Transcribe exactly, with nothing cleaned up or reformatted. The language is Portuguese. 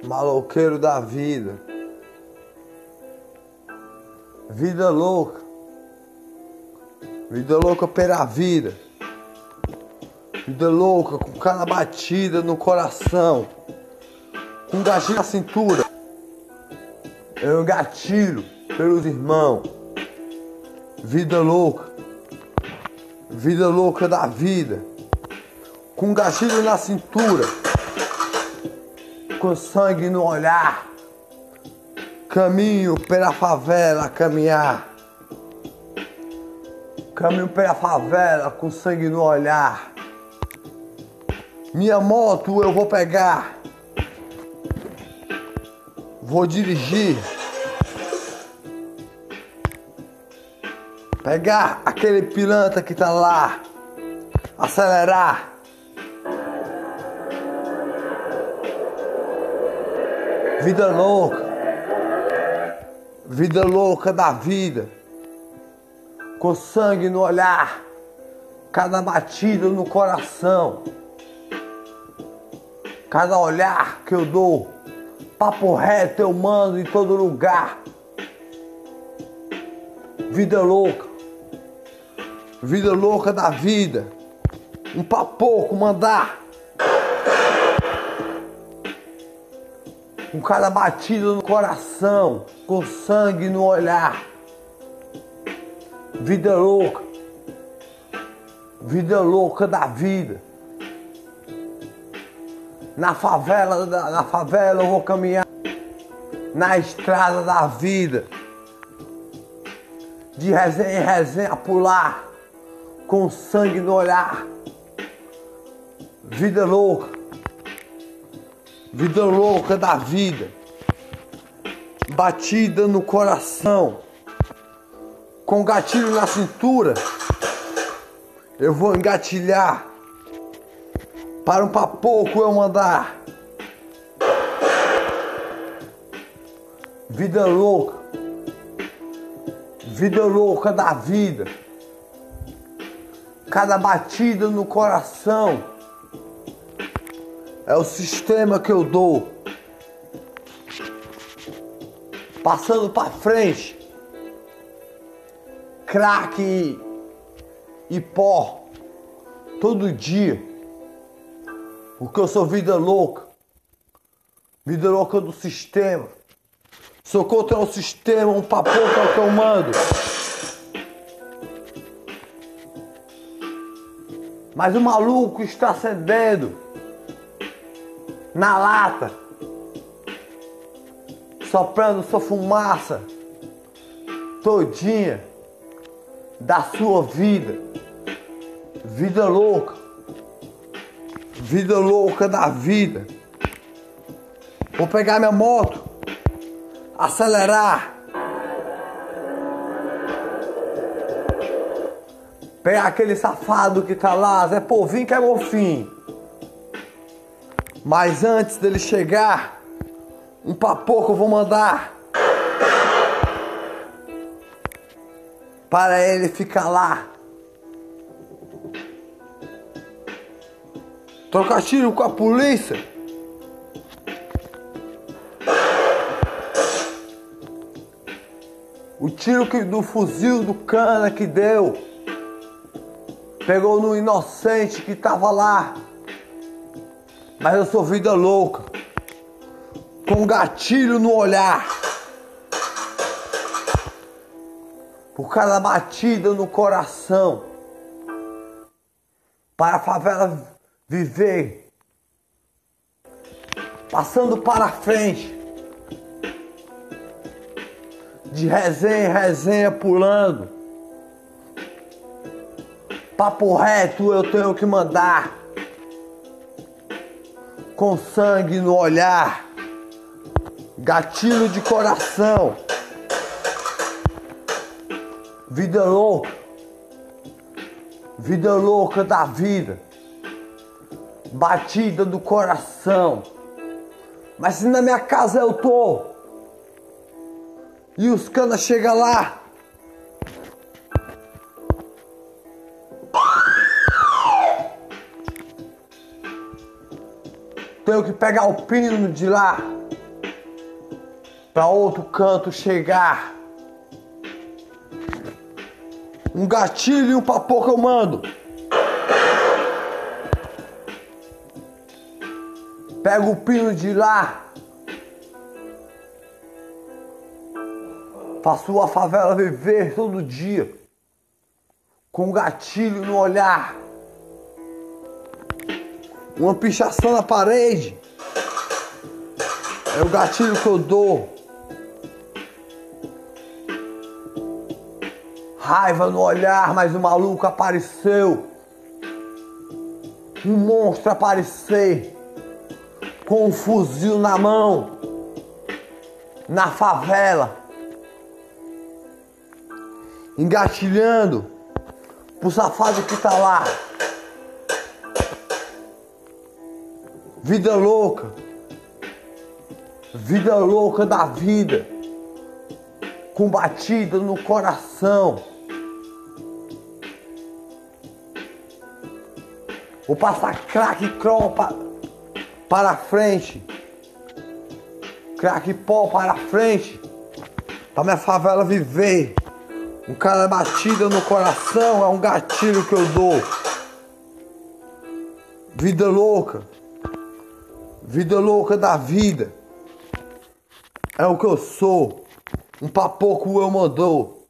Maloqueiro da vida. Vida louca. Vida louca pela vida. Vida louca com cada batida no coração. Com gatilho na cintura. Eu gatilho pelos irmãos. Vida louca. Vida louca da vida. Com gatilho na cintura. Com sangue no olhar. Caminho pela favela a caminhar. Caminho pela favela com sangue no olhar. Minha moto eu vou pegar. Vou dirigir. Pegar aquele pilantra que tá lá. Acelerar. Vida louca. Vida louca da vida. Com sangue no olhar. Cada batida no coração. Cada olhar que eu dou. Papo reto eu mando em todo lugar. Vida louca. Vida louca da vida. Um papoco mandar. Com cada batida no coração. Com sangue no olhar. Vida louca. Vida louca da vida. Na favela, na favela eu vou caminhar. Na estrada da vida. De resenha em resenha pular. Com sangue no olhar. Vida louca. Vida louca da vida. Batida no coração. Com gatilho na cintura. Eu vou engatilhar. Para um papoco eu mandar. Vida louca. Vida louca da vida. Cada batida no coração. É o sistema que eu dou. Passando pra frente. Crack e, e pó. Todo dia. Porque eu sou vida louca. Vida louca do sistema. Sou contra o sistema, um papoco é o que eu mando. Mas o maluco está acendendo na lata, soprando sua fumaça todinha da sua vida. Vida louca. Vida louca da vida. Vou pegar minha moto, acelerar, pegar aquele safado que tá lá, Zé Povinho que é meu fim. Mas antes dele chegar, um papoco eu vou mandar para ele ficar lá. Trocar tiro com a polícia. O tiro que, do fuzil do cana que deu. Pegou no inocente que tava lá. Mas eu sou vida louca. Com gatilho no olhar. Por cada batida no coração. Para a favela viver. Passando para frente. De resenha em resenha pulando. Papo reto eu tenho que mandar. Com sangue no olhar. Gatilho de coração. Vida louca. Vida louca da vida. Batida do coração. Mas se na minha casa eu tô e os canas chegam lá, tenho que pegar o pino de lá pra outro canto chegar. Um gatilho e um papo que eu mando. Pega o pino de lá. Faço a favela viver todo dia. Com um gatilho no olhar. Uma pichação na parede. É o gatilho que eu dou. Raiva no olhar, mas o maluco apareceu. Um monstro apareceu. Com um fuzil na mão. Na favela. Engatilhando pro safado que tá lá. Vida louca. Vida louca da vida. Com batida no coração. Vou passar crack crawl pa, para frente. Crack pó para frente. Pra minha favela viver. Um cara batida no coração é um gatilho que eu dou. Vida louca. Vida louca da vida. É o que eu sou. Um papoco eu mandou.